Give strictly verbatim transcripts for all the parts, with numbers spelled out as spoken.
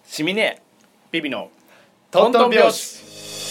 シミネビビのトントン拍子。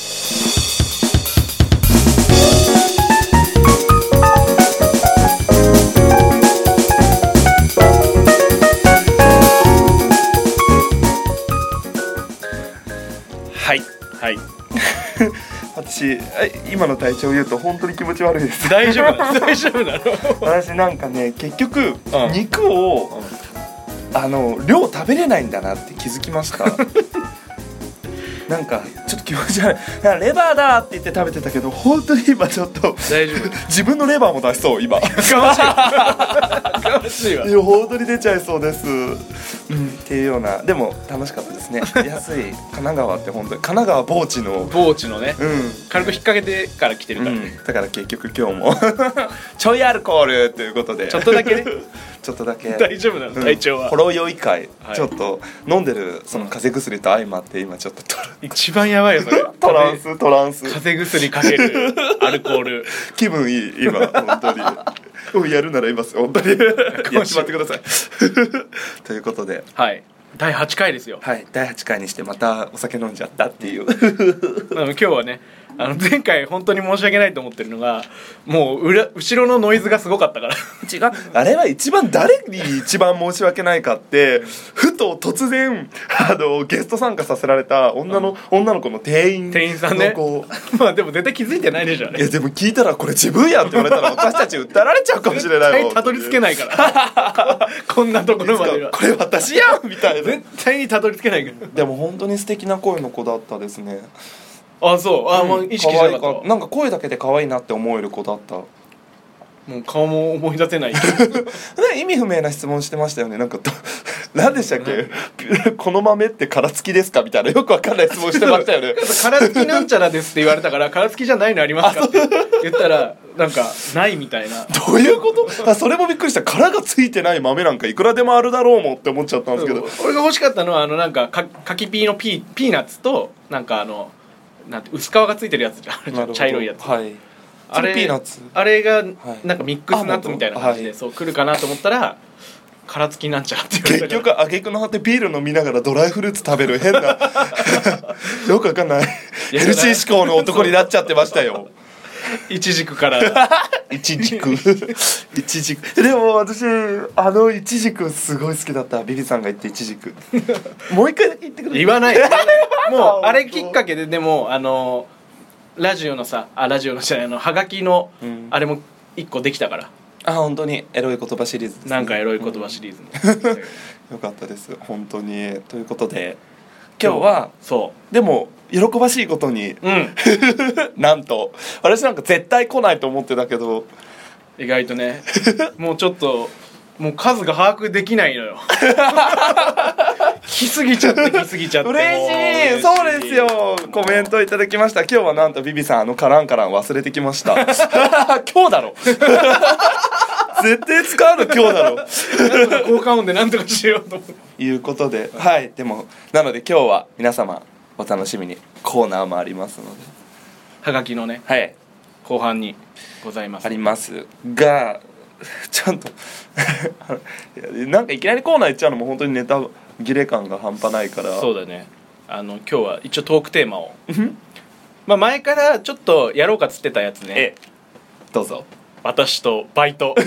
はいはい私今の体調を言うと本当に気持ち悪いです。 大丈夫なの大丈夫なの私なんかね結局、 うん、 肉を、うん、あの量食べれないんだなって気づきましたなんかちょっと気持ち悪い。レバーだって言って食べてたけど本当に今ちょっと大丈夫自分のレバーも出しそう今。 かましいかましいわ。 いや本当に出ちゃいそうです、うん、っていうような。でも楽しかったですね。安い神奈川って本当に神奈川傍地の傍地のね、 うん、 軽く引っ掛けてから来てるからね、 うん、だから結局今日もちょいアルコールということでちょっとだけねちょっとだけ大丈夫なの、うん、体調は。 ほろ酔い会、 はい、 ちょっと飲んでるその風邪薬と相まって今ちょっと一番やばいよそれトランストランス風邪薬かけるアルコール気分いい今本当にやるならいます本当にやっちまってくださいということで、 はいだいはちかいですよ。 はいだいはちかいにしてまたお酒飲んじゃったっていう今日はねあの前回本当に申し訳ないと思ってるのがもう裏後ろのノイズがすごかったから違うあれは一番誰に一番申し訳ないかってふと突然あのゲスト参加させられた女の、うん、女の子の店員の店員さんねまあでも絶対気づいてないでしょあれ。 いやでも聞いたらこれ自分やって言われたら私たち訴えられちゃうかもしれない絶対たどり着けないからこんなところまではこれ私やんみたいな絶対にたどり着けないからでも本当に素敵な声の子だったですね。 あそうあ、うん、もう意識しなかった。 なんか声だけで可愛いなって思える子だった。 もう顔も思い出せない意味不明な質問してましたよね。なんか何でしたっけこの豆って殻付きですかみたいなよくわかんない質問してましたよね殻付きなんちゃらですって言われたから殻付きじゃないのありますかって言ったらなんかないみたいな。 どういうことあそれもびっくりした。殻がついてない豆なんかいくらでもあるだろうもって思っちゃったんですけど、 俺が欲しかったのはあのなんかか柿ピーのピーピーナッツとなんかあのなんて薄皮がついてるやつじゃん茶色いやつ、 はい、 あれピーナッツあれがなんかミックスナッツみたいな感じで、はい、そう来るかなと思ったら殻付きなんちゃらって言われたから結局挙句の果てビール飲みながらドライフルーツ食べる変なよくわかんないヘルシー志向の男になっちゃってましたよイチジクからイチジクイチジクでも私あのイチジクすごい好きだった。ビビさんが言ってイチジクもう一回だけ言ってくれ。 言わないもうあれきっかけででもあのラジオのさあラジオのじゃないあのハガキの、うん、あれも一個できたから。 あ本当にエロい言葉シリーズですね。 なんかエロい言葉シリーズ、うん、 よかったです本当に。ということで今日はそうでも喜ばしいことに、うん、なんと私なんか絶対来ないと思ってたけど意外とねもうちょっともう数が把握できないのよ来すぎちゃって来すぎちゃって嬉しい。そうですよコメントいただきました。今日はなんとビビさんあのカランカラン忘れてきました今日だろ絶対使うの今日だろなんとか効果音でなんとかしようと思ういうことではいでもなので今日は皆様お楽しみにコーナーもありますのではがきのね、 はい、 後半にございますありますがちゃんとなんかいきなりコーナー行っちゃうのも本当にネタ切れ感が半端ないから。 そうだねあの今日は一応トークテーマをまあ前からちょっとやろうかっつってたやつね。 ええどうぞ。 私とバイト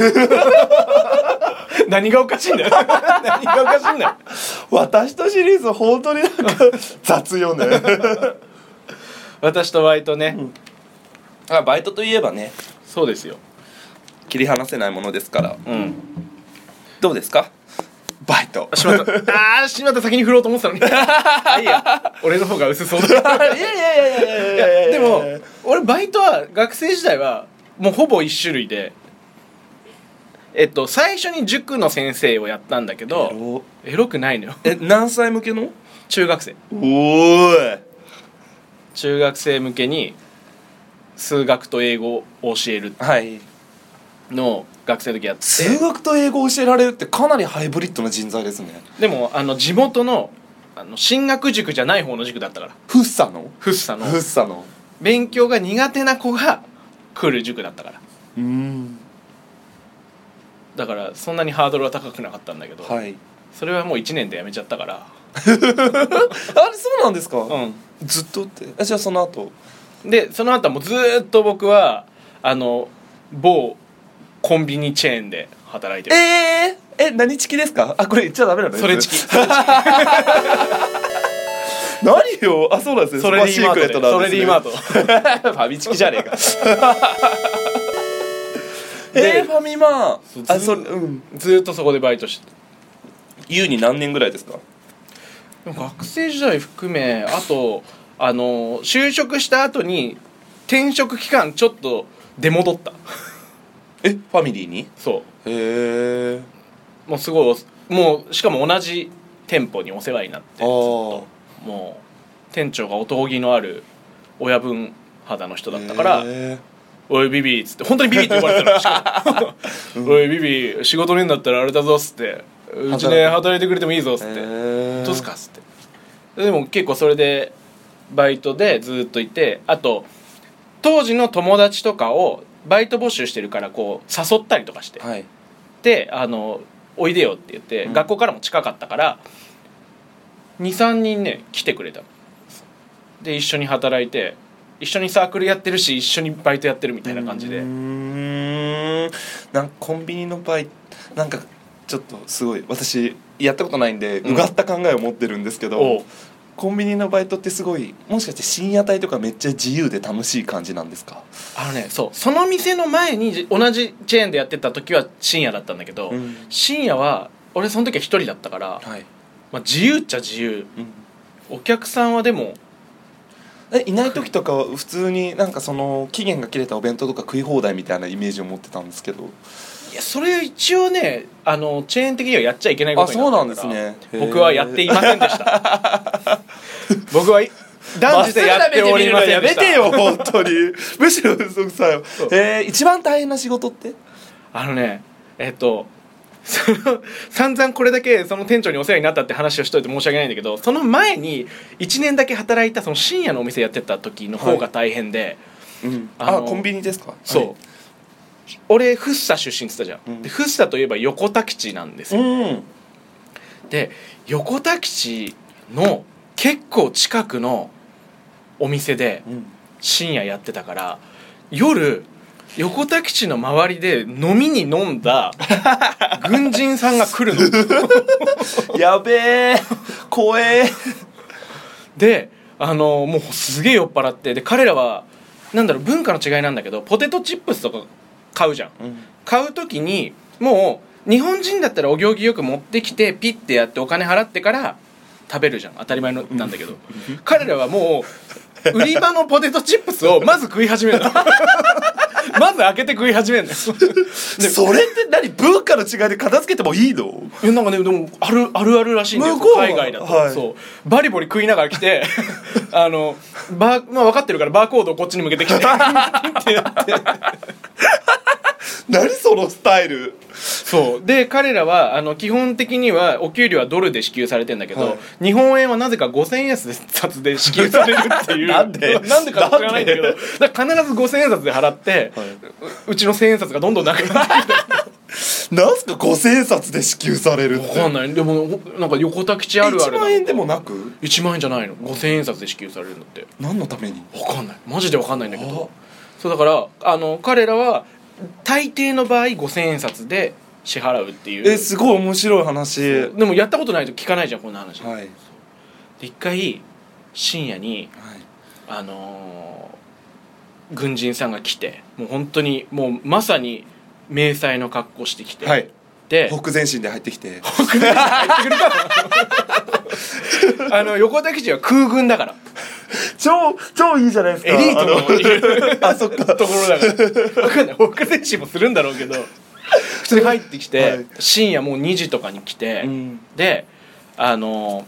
何がおかしいんだよ何がおかしいんだよ私とシリーズ本当になんか雑よね私とバイトね、 うん、あバイトといえばねそうですよ切り離せないものですから、 うん、 どうですかバイト。 しまったあーしまった先に振ろうと思ってたのにあいいや俺の方が薄そうだいやいやいやいやいやいやいやでも俺バイトは学生時代はもうほぼ一種類でえっと最初に塾の先生をやったんだけどエロ、エロくないのよ。 え何歳向けの？ 中学生。 おーい中学生向けに数学と英語を教えるのを学生の時やって、 数学と英語を教えられるってかなりハイブリッドな人材ですね。 でもあの地元のあの進学塾じゃない方の塾だったから。 フッサのフッサのフッサの勉強が苦手な子が来る塾だったから。 うーんだからそんなにハードルは高くなかったんだけど、 はい、 それはもういちねんで辞めちゃったからあれそうなんですか、 うんずっとってあじゃあその後でその後はもうずーっと僕はあの某コンビニチェーンで働いてる。 えー、え何チキですか？あこれ言っちゃダメなの？ それチキ何よあそうなんですね。 それリーマートでそこはそれリーマートファミチキじゃねえかえー、ファミマあそれうんずーっとそこでバイトして優に何年ぐらいですか？ でも学生時代含めあとあの就職した後に転職期間ちょっと出戻ったえファミリーに？ そうへえもうすごいもうしかも同じ店舗にお世話になってずっあともう店長がおとぎのある親分肌の人だったから「おいビビ」っつって本当にビビって呼ばれてたのしかもおいビビ仕事ねえんだったらあれだぞ」っつって「うちで働いてくれてもいいぞ」っつって「どうすか」っつってでも結構それでバイトでずっといてあと当時の友達とかをバイト募集してるからこう誘ったりとかして、 はいであのおいでよって言って、うん、学校からも近かったからにさんにんね来てくれたで一緒に働いて一緒にサークルやってるし一緒にバイトやってるみたいな感じでうーんなんかコンビニのバイトなんかちょっとすごい私やったことないんで、うん、うがった考えを持ってるんですけどコンビニのバイトってすごいもしかして深夜帯とかめっちゃ自由で楽しい感じなんですか？ あのねそうその店の前に同じチェーンでやってた時は深夜だったんだけど、うん、深夜は俺その時は一人だったから、はいまあ、自由っちゃ自由、うん、お客さんはでもえいない時とかは普通になんかその期限が切れたお弁当とか食い放題みたいなイメージを持ってたんですけどいやそれ一応ねあのチェーン的にはやっちゃいけないことになってるからあそうなんですね僕はやっていませんでした僕は断じてやっておりませんでした。 やめてよ本当にむしろ嘘くさいよ、えー、一番大変な仕事ってあのねえっとその散々これだけその店長にお世話になったって話をしといて申し訳ないんだけどその前にいちねんだけ働いたその深夜のお店やってた時の方が大変で、 はいうん、あ, あコンビニですか？ そう、はい、俺福生出身って言ったじゃん、 うん、 で福生といえば横田基地なんですよ、 うん、 で横田基地の結構近くのお店で深夜やってたから夜横田基地の周りで飲みに飲んだ軍人さんが来るのやべえ怖えであのもうすげえ酔っ払ってで彼らはなんだろう文化の違いなんだけどポテトチップスとか買うじゃん、うん、買う時にもう日本人だったらお行儀よく持ってきてピッてやってお金払ってから食べるじゃん当たり前のなんだけど彼らはもう売り場のポテトチップスをまず食い始めるのまず開けて食い始めるんだよでそれって何文化の違いで片付けてもいいの？ いやなんかねでもあるあるあるらしいんだよ海外だと、はい、そうバリバリ食いながら来てあのバー、まあ、分かってるからバーコードをこっちに向けてきてってやって何そのスタイルそうで彼らはあの基本的にはお給料はドルで支給されてんだけど、はい 日本円はなぜかごせんえん札で支給されるっていうなんでなんでか知らないんだけどだから必ずごせんえん札で払って、はい、う, うちのせんえん札がどんどんなくなってきてなんすかごせんえん札で支給されるって分かんないでもなんか横田基地あるあるいちまんえんでもなくいちまんえんじゃないのごせんえん札で支給されるんだって何のために分かんないマジで分かんないんだけどそうだからあの彼らは大抵の場合ごせんえん札で支払うっていうえすごい面白い話でもやったことないと聞かないじゃんこんな話、 はい、 で一回深夜に、はい、あのー、軍人さんが来てもう本当にもうまさに迷彩の格好してきて、 はい、 で北前進で入ってきて北前進で入ってくるかあの横田基地は空軍だから超超いいじゃないですかエリートのいるあそっかところだから分かんない北前進もするんだろうけど普通に入ってきて、はい、深夜もうにじとかに来て、うん、であの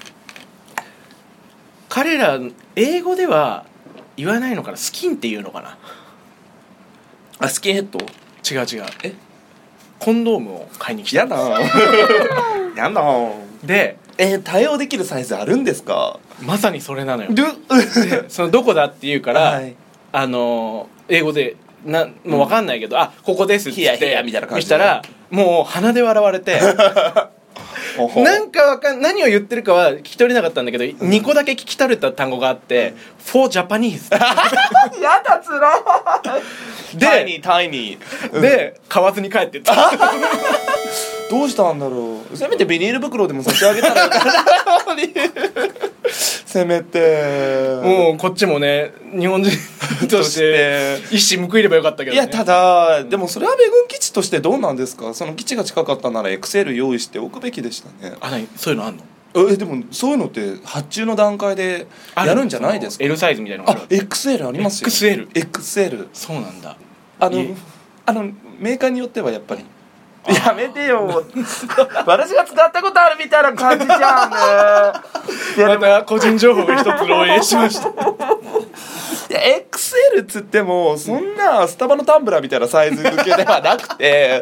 彼ら英語では言わないのかなスキンっていうのかなあスキンヘッド違う違うえコンドームを買いに来てやだやだでえー、対応できるサイズあるんですかまさにそれなのよでそのどこだって言うから、はい、あの英語でなもう分かんないけど、うん、あここですって言って見したらもう鼻で笑われてほほなんかわかん何を言ってるかは聞き取れなかったんだけど、にこだけ聞き取れた単語があって「for Japanese」 やだつらいタイニでータイニーで買わずに帰ってったどうしたんだろう。せめてビニール袋でも差し上げたらよかったのにせめてもうこっちもね日本人として一矢報いればよかったけど、ね、 いやただでもそれは米軍基地としてどうなんですか。その基地が近かったなら エクセル 用意しておくべきでしたね。 あ、何そういうのあんの？ えでもそういうのって発注の段階でやるんじゃないですか。 L サイズみたいなのがあある。 エクセル ありますよ。 エックスエルエクセルそうなんだ。 あのいえあのメーカーによってはやっぱりやめてよ私が使ったことあるみたいな感じじゃんねまた個人情報が一つ漏洩しましたいや エクセル っつってもそんなスタバのタンブラーみたいなサイズ付けではなくて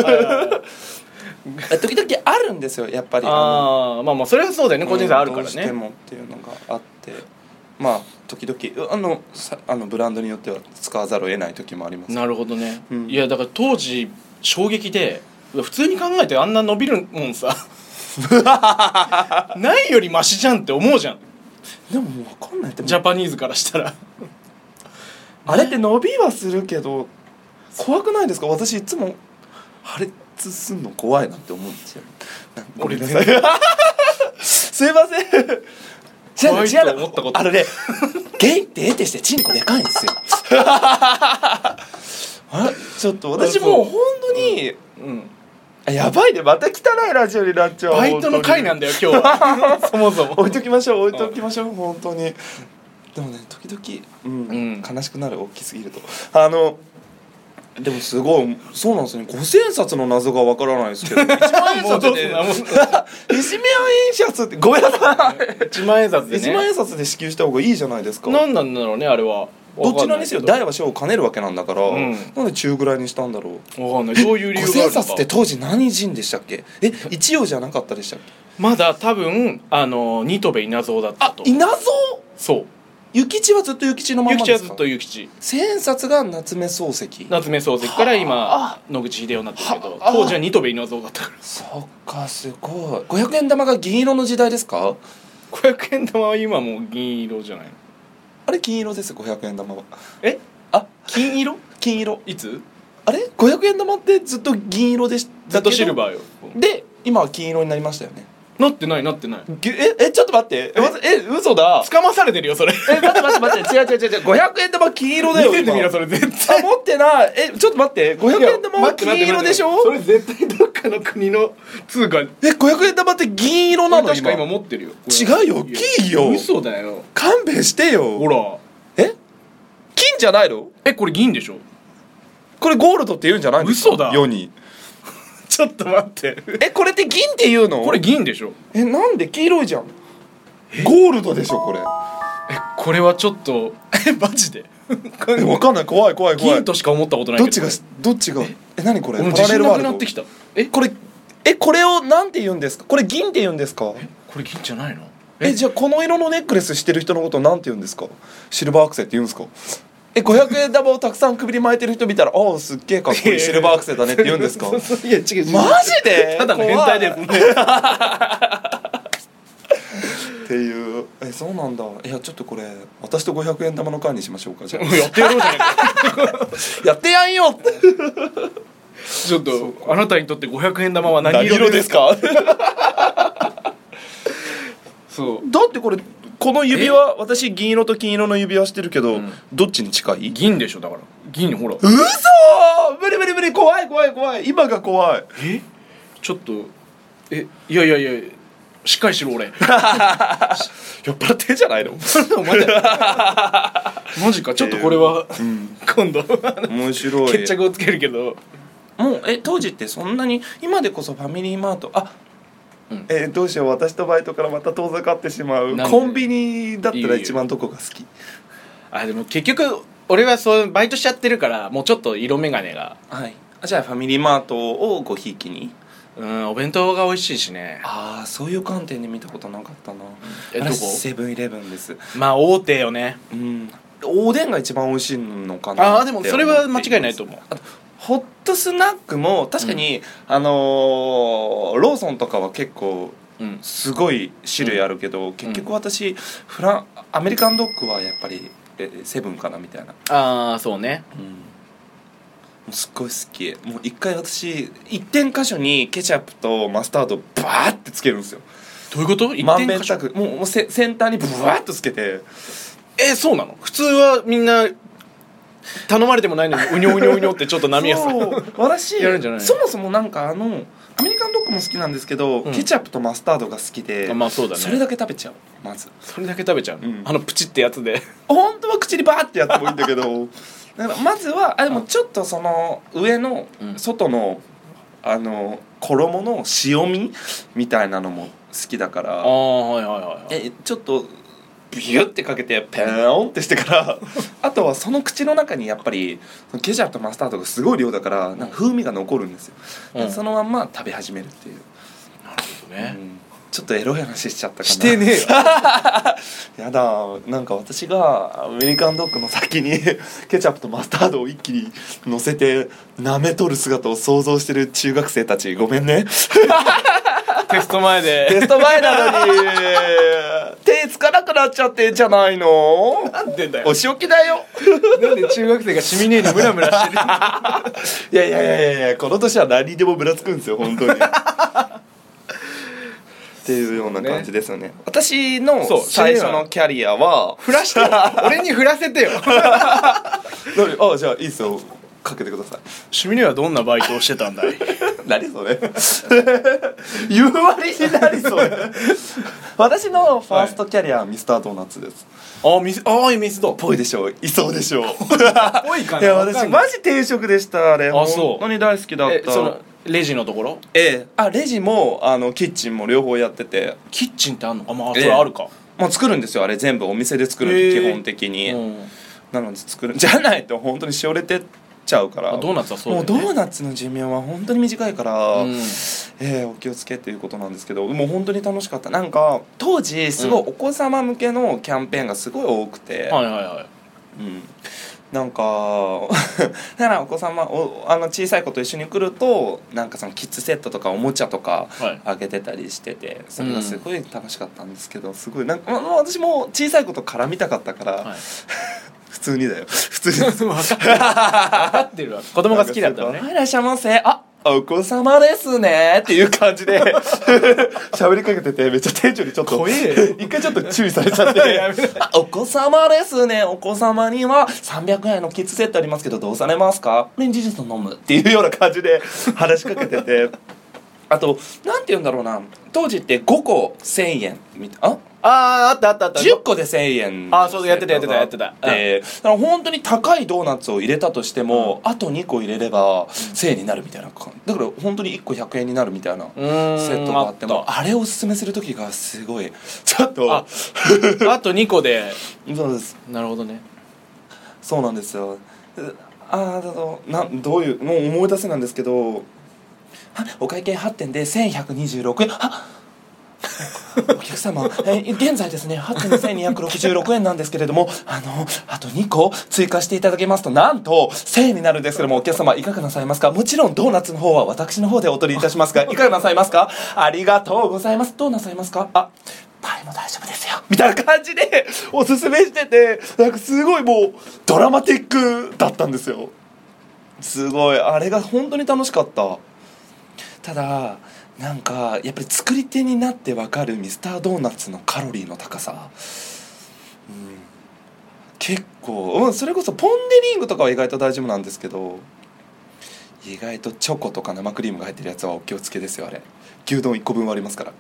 時々あるんですよやっぱり。 ああまあまあそれはそうだよね、個人差あるからね。 どうしてもっていうのがあってまあ時々あのさあのブランドによっては使わざるを得ない時もあります。 なるほどね、 うん、 いやだから当時衝撃で普通に考えてあんな伸びるもんさないよりマシじゃんって思うじゃん。 でももう分かんないってジャパニーズからしたらあれって伸びはするけど怖くないですか。私いつも破裂すんの怖いなって思うんですよ。ごめんなさいすいません怖いと思ったことあのねゲイって得てしてチンコでかいんですよあちょっと私もう本当にうんやばいねまた汚いラジオになっちゃう。 バイトの回なんだよ今日はそもそも置いときましょう置いときましょう本当に。でもね時々、うんうん、 悲しくなる大きすぎるとあのでもすごいそうなんですね。ごせんさつの謎がわからないですけどいちまん円札でいちまん円札ってごめんなさいいちまん円札でねいちまん円札で支給した方がいいじゃないですか。 何なんだろうねあれは。 どっちなんですよ大は小を兼ねるわけなんだから、 うん、 なんで中ぐらいにしたんだろう。 わかんないどういう理由があるのか。 ごせんさつって当時何人でしたっけ。え一葉じゃなかったでしたっけ。 まだ多分あの新渡戸稲造だったと。 稲造。 そう諭吉はずっと諭吉のままですか。 諭吉はずっと諭吉。 千冊が夏目漱石。 夏目漱石から今野口英世になってるけど当時は新渡戸稲造だったから。 そっかすごい。ごひゃくえん玉が銀色の時代ですか。 ごひゃくえん玉は今もう銀色じゃないの。 あれ金色ですごひゃくえん玉は。 えあ金色金色いつあれごひゃくえん玉ってずっと銀色でしたずっとシルバーよ。 で今は金色になりましたよね。 なってないなってない。 ええちょっと待ってええ嘘だ。 捕まされてるよそれ。 え待って待って待って違う違う違う違うごひゃくえん玉金色だよ。 見せてみろそれ絶対。 あ持ってない。えちょっと待ってごひゃくえん玉は金色でしょ。 それ絶対どっかの国の通貨。 えごひゃくえん玉って銀色なの。 確か今持ってるよ。 違うよ金よ。 嘘だよ。 勘弁してよ。 ほらえ金じゃないの。 えこれ銀でしょ。 これゴールドって言うんじゃないんですか。 嘘だ世にちょっと待ってえこれって銀って言うの。 これ銀でしょ。 えなんで黄色いじゃん。ゴールドでしょこれ。 えこれはちょっとえマジでえわかんない怖い怖い怖い。 銀としか思ったことないけどどっちがどっちがえ何これもうパラレルワールド。 自信なくなってきた。えこれえこれをなんて言うんですか。これ銀って言うんですか。 これ銀じゃないの。 えじゃあこの色のネックレスしてる人のことなんて言うんですか。シルバーアクセって言うんですか。えごひゃくえん玉をたくさん首に巻いてる人見たらああすっげえかっこいいシルバーアクセだねって言うんですか。 いや違うマジでただの変態ですねっていうえそうなんだ。いやちょっとこれ私とごひゃくえん玉の会にしましょうか。じゃあやってやろうじゃないかやってやんよってちょっとあなたにとってごひゃくえん玉は何何色で色ですすかそうだってこれこの指輪私銀色と金色の指輪してるけど、 うんどっちに近い。 銀でしょだから銀ほら嘘無理無理無理怖い怖い怖い今が怖い。 えちょっとえいやいやいやしっかりしろ俺酔っ払ってんじゃないのお前マジかちょっとこれは、 うん今度面白い。 決着をつけるけどもうえ当時ってそんなに今でこそファミリーマートあ、 うんえーどうしよう私とバイトからまた遠ざかってしまう。 なんでコンビニだったいいよいいよら一番どこが好き。 あでも結局俺はそうバイトしちゃってるからもうちょっと色眼鏡がはいあじゃあファミリーマートをごひいきに。 うんお弁当が美味しいしね。 ああそういう観点で見たことなかったな。あれえどこセブンイレブンです。 まあ大手よね。 うんおでんが一番美味しいのかな。 ああでもそれは間違いないと思う。 あとホットスナックも確かに、うん、あのー、ローソンとかは結構すごい種類あるけど、うん、結局私フランアメリカンドッグはやっぱりセブンかなみたいな。 ああそうね、 うん、もうすっごい好き。もう一回私一点箇所にケチャップとマスタードバーってつけるんですよ。 どういうこと？ まんべんたくもうもうセセンターにブワーッとつけて。 えー、そうなの？普通はみんな頼まれてもないのにうにょうにょうにょってちょっと波やさ私やるんじゃない？ そもそもなんかあのアメリカンドッグも好きなんですけど、うん、ケチャップとマスタードが好きで、 まあそうだね、 それだけ食べちゃう。まずそれだけ食べちゃう、うん、あのプチってやつで本当は口にバーってやってもいいんだけどだからまずはあでもちょっとその上の外の、うん、あの衣の塩味みたいなのも好きだから、 あ、はいはいはい、 えちょっとビュッてかけてペーンってしてからあとはその口の中にやっぱりケチャップとマスタードがすごい量だからなんか風味が残るんですよ、うん、そのまんま食べ始めるっていう。 なるほどね、うん、 ちょっとエロい話しちゃったかな。 してねえよやだ、なんか私がアメリカンドッグの先にケチャップとマスタードを一気に乗せて舐めとる姿を想像してる中学生たちごめんねテスト前でテスト前なのに手つかなくなっちゃってんじゃないの。 なんでだよ、 お仕置きだよなんで中学生がシミネーにムラムラしてるいやいやいやいやこの年は何にでもムラつくんですよ本当にっていうような感じですよね。私の最初のキャリアは振らしてよ俺に振らせてよあじゃあいいっすよ、かけてください。 シミネーはどんなバイトをしてたんだい何それ言う割に何それ私のファーストキャリアはミスタードーナツです。 あミスあミスドぽいでしょう、いそうでしょうぽいかな。 いや私マジ定食でしたあれ。 あそう本当に大好きだった。 えそのレジのところ？ ええ、あレジもあのキッチンも両方やってて。 キッチンってあんの？あまあそれあるか、ええ、もう作るんですよあれ全部お店で作るんで、基本的に、うん、なので作るんじゃないと本当にしおれてちゃうから。 ドーナツはそうだよね。 もうドーナツの寿命は本当に短いから、うん、えー、お気をつけっていうことなんですけど、もう本当に楽しかった。なんか当時すごいお子様向けのキャンペーンがすごい多くて、 うん、はいはいはい、 うん、なんかだからお子様おあの小さい子と一緒に来るとなんかそのキッズセットとかおもちゃとかあげてたりしてて、それがすごい楽しかったんですけど、すごいなんか私も小さい子と絡みたかったから、はい、普通にだよ普通に分かってるわ子供が好きだったのね。 いらっしゃいませ、あお子様ですねっていう感じで喋りかけてて、めっちゃ店長にちょっと一回ちょっと注意されちゃってあお子様ですね、お子様にはさんびゃくえんのキッズセットありますけどどうされますか、レンジジュース飲むっていうような感じで話しかけててあとなんて言うんだろうな、当時ってごこせんえんみたいな、 ああーあったあったあった、 じゅっこでせんえん、 ああそうやってたやってたやってたで、だから本当に高いドーナツを入れたとしても、うん、あとにこ入れればせんえんになるみたいな、だから本当にいっこひゃくえんになるみたいなセットがあっても、 あ, あれをおすすめする時がすごいちょっと あ, あとにこでそうです。 なるほどね、 そうなんですよ。ああなどういうもう思い出せなんですけど、お会計はってんでせんひゃくにじゅうろくえん、あお客様、えー、現在ですねはってんでせんにひゃくろくじゅうろくえんなんですけれども、あのあとにこ追加していただけますとなんとせんえんになるんですけども、お客様いかがなさいますか。もちろんドーナツの方は私の方でお取りいたしますがいかがなさいますか。ありがとうございます。どうなさいますか。あパイも大丈夫ですよみたいな感じでおすすめしてて、なんかすごいもうドラマティックだったんですよ。すごいあれが本当に楽しかった。ただなんかやっぱり作り手になって分かるミスタードーナツのカロリーの高さ、うん、結構、うん、それこそポン・デ・リングとかは意外と大丈夫なんですけど、意外とチョコとか生クリームが入ってるやつはお気をつけですよ。あれ牛丼いっこぶんはありますから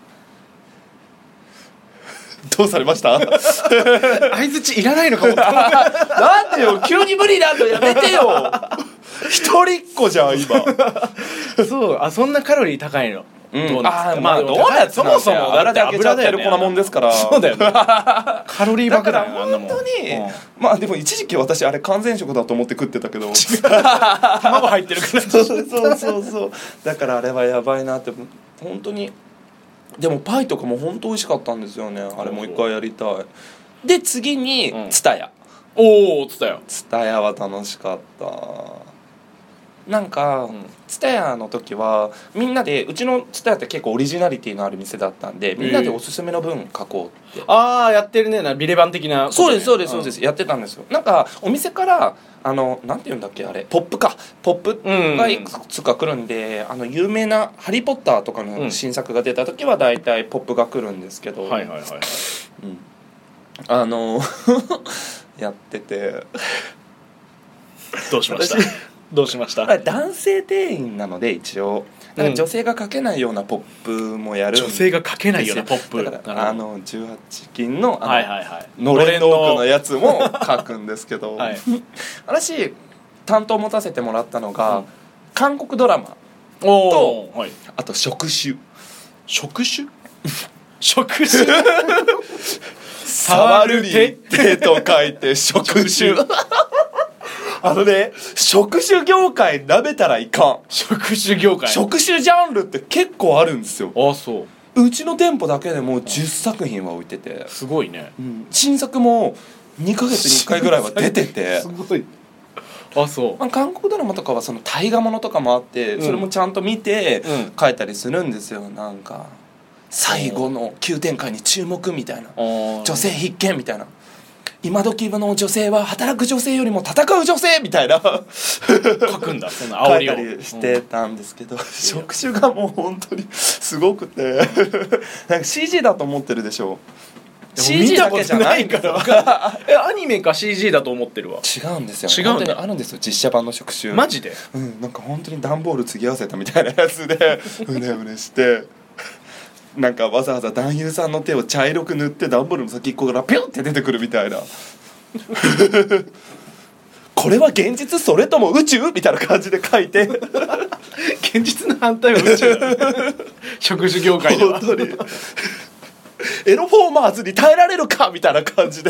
どうされました相づちいらないのかもなんでよ急に無理だとやめてよ一人っ子じゃん今そうあそんなカロリー高いの、 うん、ドーナツって、まあドーナツそもそも油で揚げちゃってる粉もんですから、 そうだよねカロリー爆弾だから本当に、うん、まあでも一時期私あれ完全食だと思って食ってたけど卵入ってるからそうそうそうそうだからあれはやばいなって本当に。でもパイとかも本当美味しかったんですよね。あれもう一回やりたい。で次にツタヤ。 おおツタヤ。 ツタヤは楽しかった。 なんかツタヤの時はみんなで、うちのツタヤって結構オリジナリティのある店だったんで、みんなでおすすめの分書こうって、 ああやってるね、なビレバン的なこと、ね、 そうですそうですそうです、うん、やってたんですよ。なんかお店からあのなんて言うんだっけ、あれポップかポップがいくつか来るんで、うん、あの有名なハリーポッターとかの新作が出た時はだいたいポップが来るんですけど、 はいはいはい、 うん、あのやっててどうしましたどうしました。 男性店員なので一応なんか女性が書けないようなポップもやる、うん、 女性が書けないようなポップだからあのじゅうはち金のあの、 はいはいはい、 のれんの奥のやつも書くんですけど、はい、私担当持たせてもらったのが、うん、韓国ドラマと、はい、あと触手触手触手触るに手と書いて触手あのね、触手業界舐めたらいかん。 触手業界触手ジャンルって結構あるんですよ。 ああそう。 うちの店舗だけでもじゅっさく品は置いてて、 すごいね、 うん、新作もにかげつにいっかいぐらいは出ててすごい。あそう、 まあ、韓国ドラマとかはその大河ものとかもあって、うん、それもちゃんと見て書いたりするんですよ。なんか最後の急展開に注目みたいな、女性必見みたいな、今時の女性は働く女性よりも戦う女性みたいな書くんだ、そんな煽りを書いたりしてたんですけど、うん、触手がもう本当にすごくてなんか シージー だと思ってるでしょ。 シージー だけじゃないからえアニメか シージー だと思ってるわ。 違うんですよ、 違うんだ、 本当にあるんですよ実写版の触手。 マジで、 うん、なんか本当に段ボール継ぎ合わせたみたいなやつでうねうねしてなんかわざわざ男優さんの手を茶色く塗って段ボールの先っこからピュンって出てくるみたいなこれは現実それとも宇宙みたいな感じで書いて現実の反対は宇宙だ食事業界では本当にエロフォーマーズに耐えられるかみたいな感じで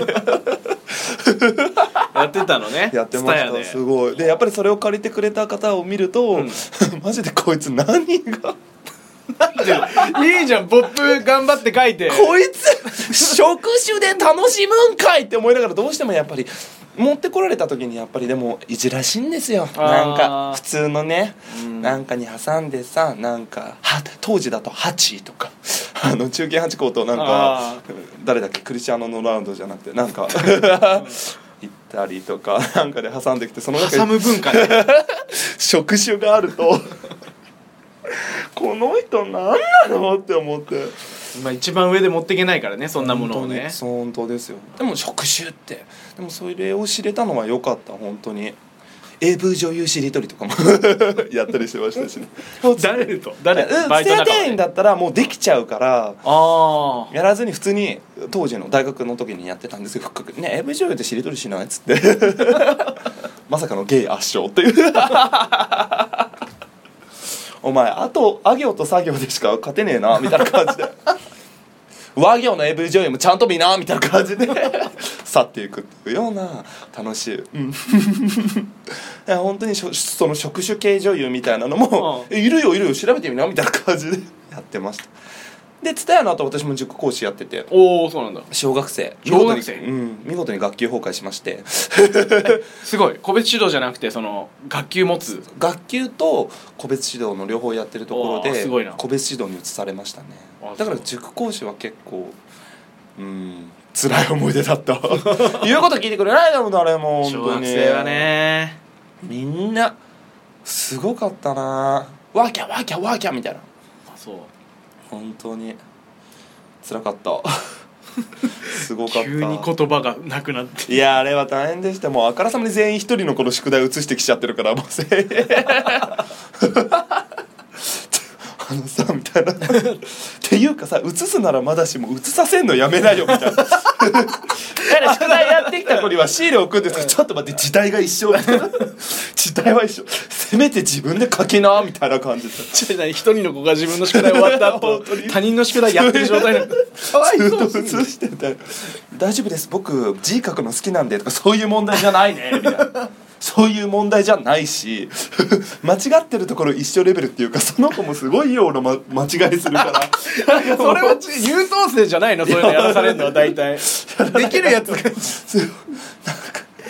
やってたのね。 やってました、すごい。でやっぱりそれを借りてくれた方を見ると、うん、マジでこいつ何がいいじゃん、ポップ頑張って書いて、 こいつ触手で楽しむんかいって思いながら、どうしてもやっぱり持ってこられた時にやっぱりでもいじらしいんですよ。なんか普通のね、うん、なんかに挟んでさ、なんかは当時だとハチとかあの中堅ハチ公となんか誰だっけ、クリスチアーノ・ロナウドじゃなくてなんか行ったりとかなんかで挟んできて、その中に挟む文化で触手があるとこの人何なのって思って、 まあ一番上で持っていけないからね、そんなものをね。 本当ですよ。でも触手ってでもそれを知れたのは良かった。本当に エーブイ 女優しりとりとかもやったりしてましたしね誰と誰バイト仲間で、ステア店員だったらもうできちゃうから、あやらずに普通に当時の大学の時にやってたんですけど、ね、エーブイ 女優でしりとりしないっつってまさかのゲイ圧勝っていうお前あとあ行と作業でしか勝てねえなみたいな感じで和行の エーブイ 女優もちゃんと見なみたいな感じで去っていくっていうような楽しい、うん、いや本当にその触手系女優みたいなのも、うん、いるよいるよ調べてみなみたいな感じでやってました。で蔦屋の後私も塾講師やってて、 おおそうなんだ。 小学生小学生、 うん、見事に学級崩壊しましてすごい個別指導じゃなくてその学級持つ学級と個別指導の両方やってるところで、 すごいな、 個別指導に移されましたね。だから塾講師は結構うん辛い思い出だった言うこと聞いてくれないだろう誰も本当に。 小学生はねみんなすごかったな、ワーキャワーキャワーキャみたいな。 あそう本当に辛かったすごかった。 急に言葉がなくなって、 いやあれは大変でした。もうあからさまに全員一人のこの宿題を移してきちゃってるからもう全員あのさみたいなっていうかさ、移すならまだしも移させんのやめないよみたいなだから宿題やってきた子にはシールを送るんですけど、ちょっと待って時代が一緒みたいな時代は一緒、せめて自分で書きなみたいな感じで一人の子が自分の宿題終わった後他人の宿題やってる状態なんだかわいそうすぎる。 ずっと移してて大丈夫です僕字書くの好きなんでとかそういう問題じゃないねみたいなそういう問題じゃないし間違ってるところ一緒レベルっていうか、その子もすごいような、ま、間違いするからそれは優等生じゃないの、そういうのやらされるのは大体できるやつが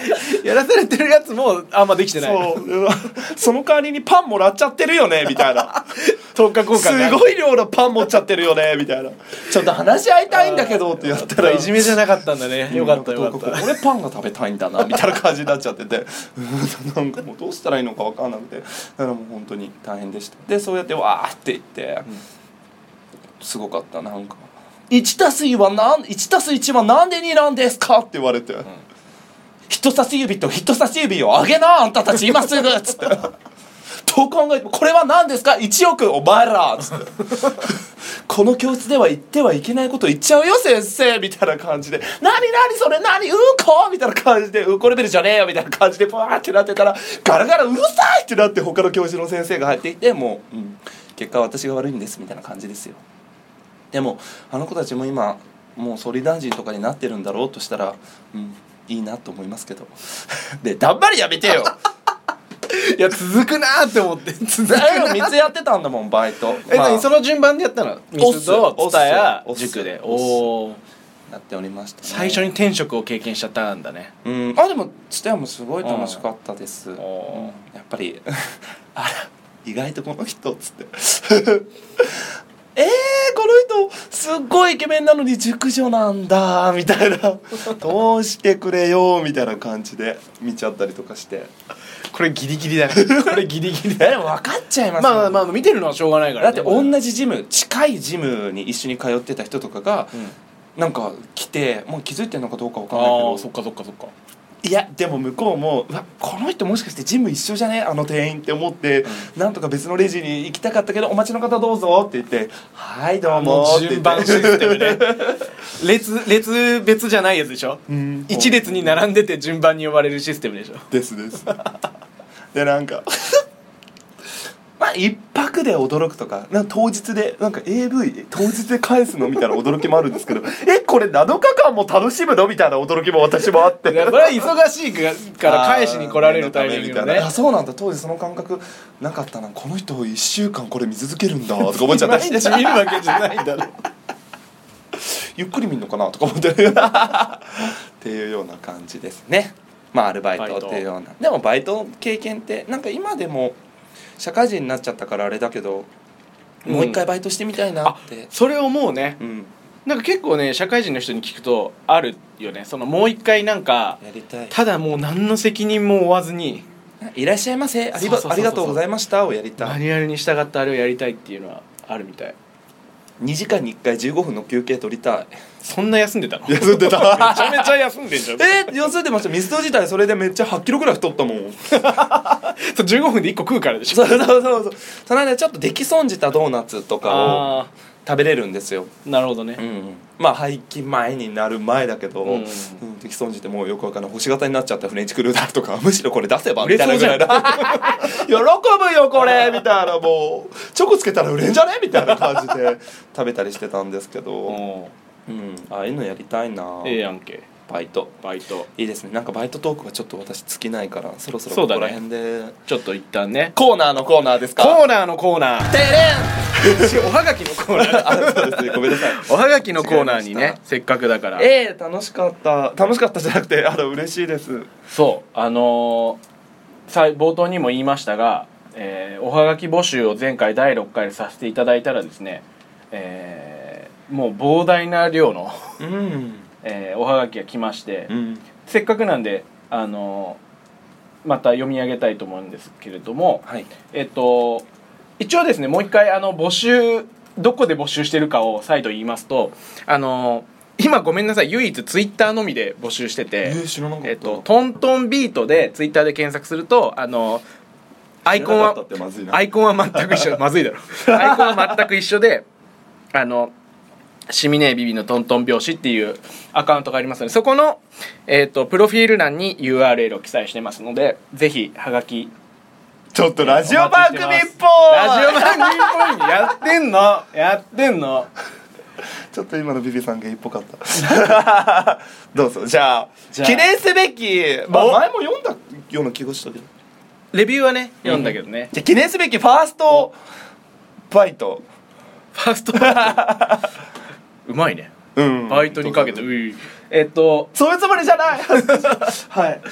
やらされてるやつもあんまできてない。 そうその代わりにパンもらっちゃってるよねみたいな等価交換すごい量のパン持っちゃってるよねみたいなちょっと話し合いたいんだけどってやったらいじめじゃなかったんだね。よかったよかった。 俺パンが食べたいんだなみたいな感じになっちゃっててなんかもうどうしたらいいのか分かんなくてだからもう本当に大変でした。でそうやってわーって言って、うん、すごかったなんかいちたすいはなんいちたすいちはなんでになんですかって言われて、うん、人差し指と人差し指を上げなあんたたち今すぐっつってどう考えてもこれは何ですかいちおくお前らっつってこの教室では言ってはいけないこと言っちゃうよ先生みたいな感じで何何それ何うんこみたいな感じでうんこレベルじゃねえよみたいな感じでバーってなってたらガラガラうるさいってなって他の教室の先生が入っていてもう、うん、結果は私が悪いんですみたいな感じですよ。でもあの子たちも今もう総理大臣とかになってるんだろうとしたら、うん、いいなと思いますけどでだんまりやめてよいや続くなーって思って続くなみっつやってたんだもんバイトえ、まあ、何その順番でやったのミスと蔦屋塾でおおやっておりました、ね、 最初に転職を経験しちゃったんだね。 うんあでも蔦屋もすごい楽しかったです、うん、やっぱりあら意外とこの人っつってえー、この人すっごいイケメンなのに熟女なんだみたいなどうしてくれよみたいな感じで見ちゃったりとかしてこれギリギリだねこれギリギリだでも分かっちゃいますまあまあまあ見てるのはしょうがないから、 ね、だって同じジム近いジムに一緒に通ってた人とかが、うん、なんか来てもう気づいてるのかどうか分かんないけどあそっかそっかそっかいやでも向こうもうわこの人もしかしてジム一緒じゃねあの店員って思って、うん、なんとか別のレジに行きたかったけどお待ちの方どうぞって言ってはいどうもって順番システムね列列別じゃないやつでしょ、うん、一列に並んでて順番に呼ばれるシステムでしょですですでなんかまあ一泊で驚くとかなんか当日でなんか エーブイ 当日で返すのみたいな驚きもあるんですけどえこれなのかかんも楽しむのみたいな驚きも私もあってやっぱり忙しいから返しに来られるタイミングねあそうなんだ当時その感覚なかったなこの人いっしゅうかんこれ見続けるんだとか思っちゃったりして毎日見るわけじゃないんだろゆっくり見るのかなとか思ってるっていうような感じですね。まあアルバイトっていうようなでもバイト経験ってなんか今でも社会人になっちゃったからあれだけど、うん、もう一回バイトしてみたいなってそれ思うね、うん、なんか結構ね社会人の人に聞くとあるよねそのもう一回なんかやりたいただもう何の責任も負わずにいらっしゃいませありがとうございましたをやりたいマニュアルに従ってあれをやりたいっていうのはあるみたいにじかんにいっかいじゅうごふんの休憩取りたいそんな休んでたの休んでためちゃめちゃ休んでんじゃんえー、休んでましたミスト自体それでめっちゃはちキロぐらい太ったもんそうじゅうごふんでいっこ食うからでしょそうそうそうそうその間ちょっと出来損じたドーナツとかを食べれるんですよなるほどね、 うん、まあ廃棄前になる前だけど、うんうん、出来損じてもうよくわかんない星型になっちゃったフレンチクルーダーとかむしろこれ出せばみたいなぐらい喜ぶよこれみたいなもうチョコつけたら売れんじゃねみたいな感じで食べたりしてたんですけど、うん、ああいうのやりたいなええやんけバイトバイトいいですねなんかバイトトークはちょっと私尽きないからそろそろここら辺で、 ね、ちょっと一旦ねコーナーのコーナーですかコーナーのコーナーてれんおはがきのコーナーあそうですねごめんなさいおはがきのコーナーにねせっかくだからええー、楽しかった楽しかったじゃなくてあの嬉しいですそうあのー、さ冒頭にも言いましたが、えー、おはがき募集を前回だいろっかいでさせていただいたらですね、えー、もう膨大な量のうんえー、おはがきが来まして、うん、せっかくなんで、あのー、また読み上げたいと思うんですけれども、はい、えっと一応ですねもう一回あの募集どこで募集してるかを再度言いますと、あのー、今ごめんなさい唯一ツイッターのみで募集してて、 えー、知らなかった、 えっと、トントンビートでツイッターで検索するとあのー、アイコンはアイコンは全く一緒まずいだろアイコンは全く一緒であのシミネービビのトントン拍子っていうアカウントがありますのでそこの、えーと、プロフィール欄に ユーアールエル を記載してますのでぜひはがきちょっとラジオ番組っぽいラジオ番組っぽいやってんのやってんのちょっと今のビビさんがいっぽかったどうぞじゃあ記念すべき、まあ、前も読んだような気がしたけどレビューはね読んだけどね、 うん、じゃあ記念すべきファーストバイトファーストバイトうまいね、うん、バイトにかけてういえっとそういうつもりじゃないはい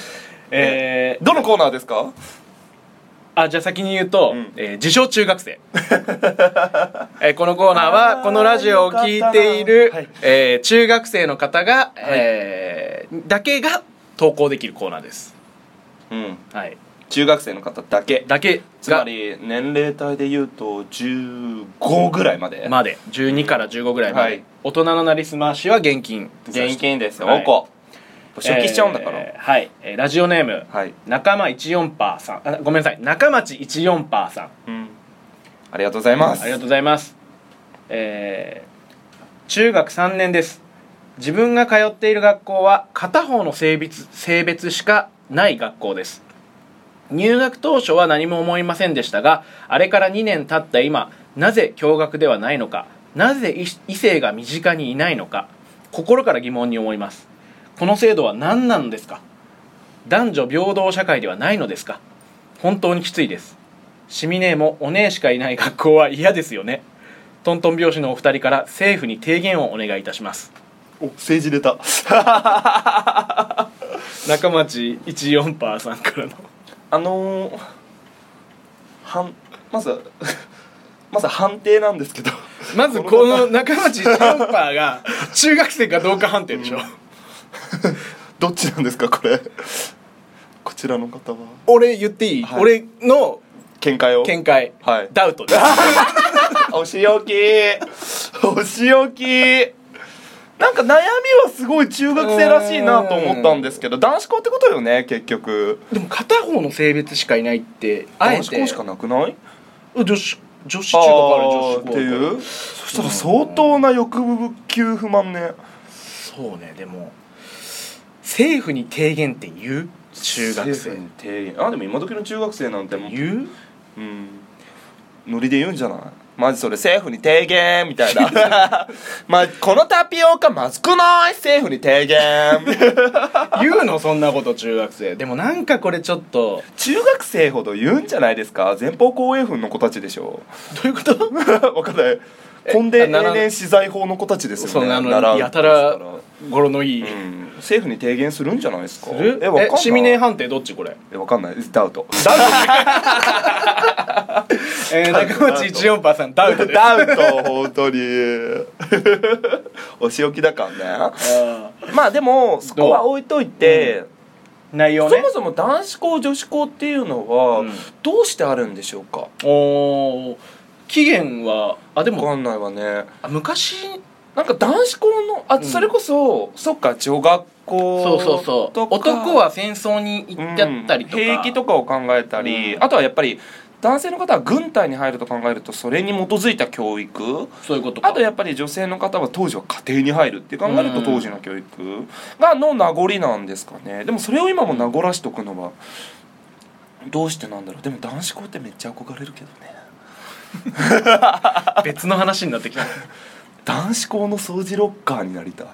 えー、 どのコーナーですか？ あ、じゃあ先に言うと、 うんえー自称中学生、えーこのコーナーはこのラジオを聞いている、 はいえー中学生の方が、えーだけが投稿できるコーナーです。 うんはい、 中学生の方だけだけつまがり年齢帯で言うとじゅうごぐらいまでまでじゅうにからじゅうごぐらいまで、はい、大人のなりすましは現金現金ですよ、 はい、 おこ初期しちゃうんだから、 えー、はい、えー、ラジオネーム、はい、仲間じゅうよんパーセントさん、あ、ごめんなさい、中町じゅうよんパーセントさん、うん、 ありがとうございます。 ありがとうございます。えー、中学さんねんです。自分が通っている学校は片方の性別、性別しかない学校です。入学当初は何も思いませんでしたが、あれからにねん経った今、なぜ共学ではないのか、なぜ異性が身近にいないのか、心から疑問に思います。この制度は何なのですか？男女平等社会ではないのですか？本当にきついです。シミネーもお姉しかいない学校は嫌ですよね。トントン拍子のお二人から政府に提言をお願いいたします。 お、政治出た中町じゅうよんパーセントさんからのあのー、はんまずまず判定なんですけど、 まずこの中町じゅうよんパーセントが中学生かどうか判定でしょ、うん、 どっちなんですかこれ。こちらの方は俺言っていい、はい、俺の見解を見解、はい、ダウトですお仕置きお仕置き。なんか悩みはすごい中学生らしいなと思ったんですけど、男子校ってことよね結局。 でも片方の性別しかいないってあえて男子校しかなくない？ 女子女子中学ある女子校っていう、そしたら相当な欲求不満ね。 そうね。でも政府に提言って言う？中学生政府に提言、あでも今時の中学生なんてもう言う？ うんノリで言うんじゃない？マジそれ政府に提言みたいなまあこのタピオカまずくない？政府に提言言うのそんなこと中学生。でもなんかこれちょっと中学生ほど言うんじゃないですか。前方後円墳の子たちでしょ。 どういうことわかんない。根底永年資材法の子たちですよね。 そうなのやたら語呂のいい、うん、 政府に提言するんじゃないですか。 する？え、わかんない。シミネ判定どっちこれ？ え、わかんない。ダウト。 ダウトえー、中町じゅうよんパーセントさんダウトです。 ダウト本当にお仕置きだからね。あまあでもそこは置いといて、 うん、内容ね。 そもそも男子校女子校っていうのはどうしてあるんでしょうか。 うん、お期限はあでも分かんないわね。 あ昔なんか男子校のあ、うん、それこそそっか女学校そうそうそう男は戦争に行っちゃったりとか、 うん、兵役とかを考えたり、うん、あとはやっぱり男性の方は軍隊に入ると考えるとそれに基づいた教育、 そういうことか。 あとやっぱり女性の方は当時は家庭に入るって考えると当時の教育がの名残なんですかね。でもそれを今も名残らしとくのはどうしてなんだろう。でも男子校ってめっちゃ憧れるけどね別の話になってきた男子校の掃除ロッカーになりたい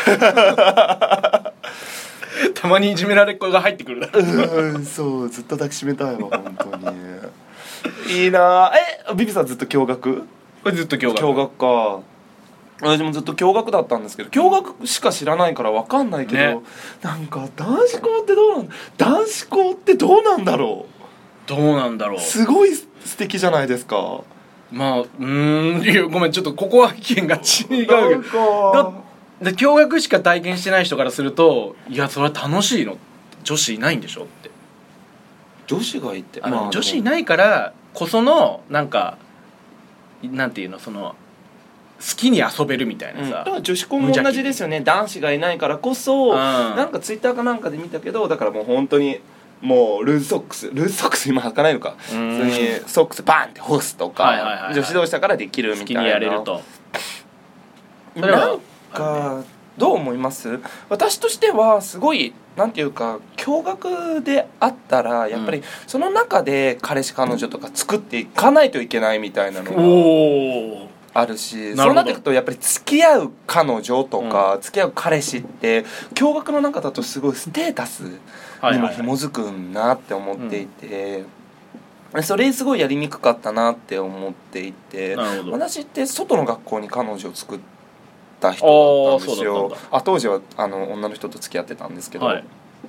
たまにいじめられっ子が入ってくるうんそうずっと抱きしめたいわ本当にいいな。えビビさんずっと共学？ ずっと共学。 共学か。私もずっと共学だったんですけど共学しか知らないから分かんないけど、ね、なんか男子校ってどうなん男子校ってどうなんだろう。 どうなんだろう。 すごい素敵じゃないですか。 まあうーんいやごめんちょっとここは意見が違うなんかで共学しか体験してない人からするといやそれは楽しいの女子いないんでしょって。 女子がいて、 あの、まあ、女子いないからこそのなんかなんていうのその好きに遊べるみたいなさ、うん、だから女子校も同じですよね。男子がいないからこそ、うん、なんかツイッターかなんかで見たけどだからもう本当にもうルーズソックスルーズソックス今履かないのか普通にソックスバーンって干すとか、はいはいはいはい、女子同士だからできるみたいな。 好きにやれると。 なんかどう思います？私としてはすごいなんていうか共学であったらやっぱりその中で彼氏彼女とか作っていかないといけないみたいなのがあるし、そうなっていくとやっぱり付き合う彼女とか、うん、付き合う彼氏って共学の中だとすごいステータスにも紐づくんなって思っていて、それすごいやりにくかったなって思っていて、私って外の学校に彼女を作った人だったんですよ。あ当時はあの女の人と付き合ってたんですけど、はい、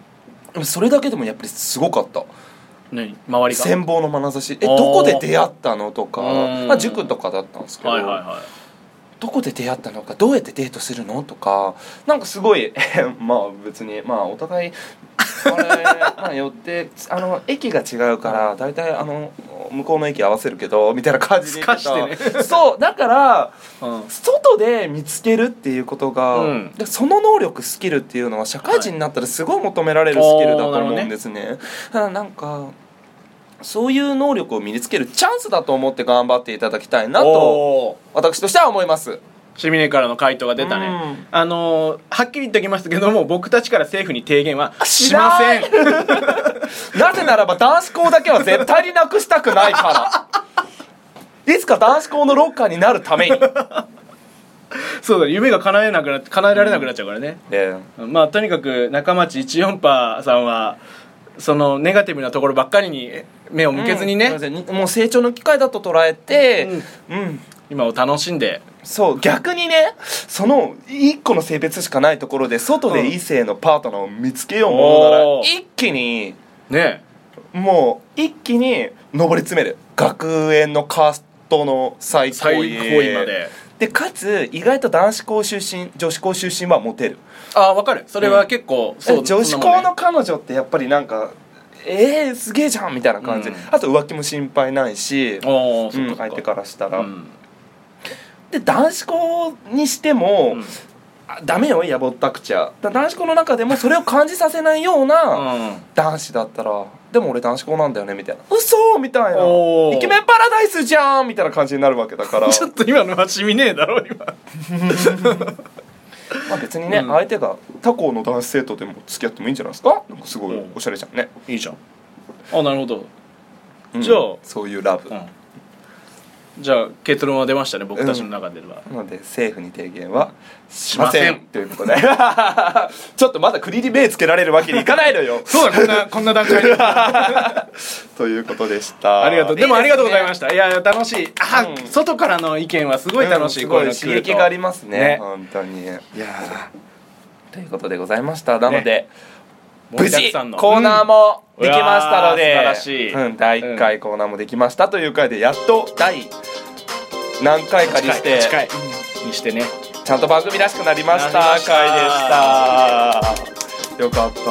それだけでもやっぱりすごかった。 何周りが羨望の眼差し、えどこで出会ったのとか、まあ、塾とかだったんですけど、 はいはいはい、 どこで出会ったのか、どうやってデートするのとか、なんかすごいまあ別にまあお互いあれまあ寄ってあの駅が違うから大体あの向こうの駅合わせるけどみたいな感じで言ってた、ね、そうだから、うん、外で見つけるっていうことが、うん、その能力スキルっていうのは社会人になったらすごい求められるスキルだと思うんですね、はい、だからなんかそういう能力を身につけるチャンスだと思って頑張っていただきたいなと私としては思います。 シミネからの回答が出たね、うん、あのー、はっきり言っておきますけども僕たちから政府に提言はしませんなぜならば男子校だけは絶対になくしたくないからいつか男子校のロッカーになるためにそうだ、夢が叶えなくな叶えられなくなっちゃうからね、うん、まあとにかく中町いちじゅうよんパーさんはそのネガティブなところばっかりに目を向けずにね、 うん、もう成長の機会だと捉えて、 うんうん、今を楽しんで、 そう逆にねその一個の性別しかないところで外で異性のパートナーを見つけようものなら、うん、一気にねもう一気に上り詰める学園のカーストの最高位までで、かつ意外と男子校出身女子校出身はモテる。 ああ分かる、それは結構、うん、 そう女子校の彼女ってやっぱりなんかえー、すげえじゃんみたいな感じ、うん、あと浮気も心配ないし、うん、相手からしたら、うん、で男子校にしても、うん、ダメよやぼったくちゃ男子校の中でもそれを感じさせないような男子だったら、でも俺男子校なんだよねみたいな、嘘みたいな、イケメンパラダイスじゃんみたいな感じになるわけだからちょっと今のはしみねえだろ今まあ別にね、うん、相手が他校の男子生徒でも付き合ってもいいんじゃないですか。なんかすごいおしゃれじゃんね、 いいじゃん。あ、なるほど、うん、じゃあそういうラブ、うん、 じゃあ結論は出ましたね僕たちの中では、 うん、なので政府に提言はしませんということでちょっとまだクリに目つけられるわけにいかないのよそうだ、こんなこんな段階でということでした。 ありがとう。でもありがとうございました。いや楽しい。あ、うん、外からの意見はすごい楽しい、うん、すごい刺激がありますね、ね、本当に。いやということでございました。なので、ね、無事コーナーもできましたので、 うん、素晴らしい、 うん、だいいっかいコーナーもできましたという回で、やっと第何回かにしてはちかいにしてね、 ちゃんと番組らしくなりました回でした。よかった。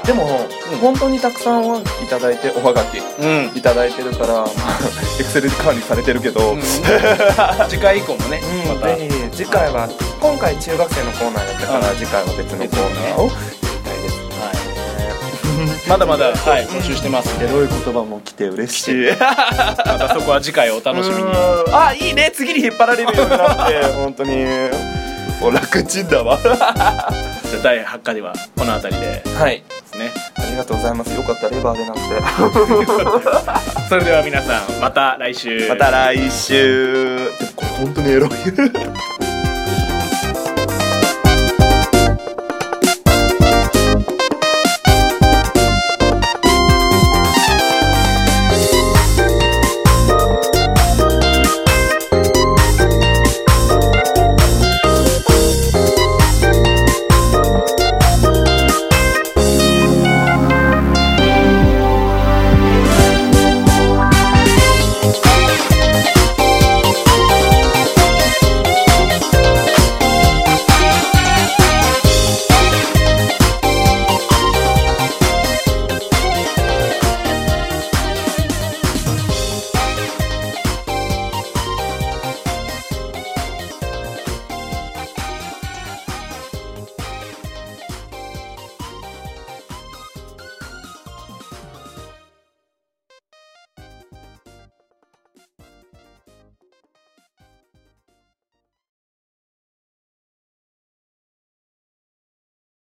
でも、うん、本当にたくさんいただいて、おはがき、うん、いただいてるからエクセルで管理されてるけど、うん、 次回以降もね、 うん、またぜひ次回は今回中学生のコーナーやったから、うん、次回は別のコーナーをやりたいです、 はい、まだまだ、はい、募集してますんで、 エロい言葉も来て嬉しいまたそこは次回をお楽しみに。 あ、いいね、次に引っ張られるようになって本当にお楽ちんだわだいはちかではこの辺りで、 はいですね。 ありがとうございます。よかった、レバーでなくてそれでは皆さんまた来週。 また来週。でもこれ本当にエロい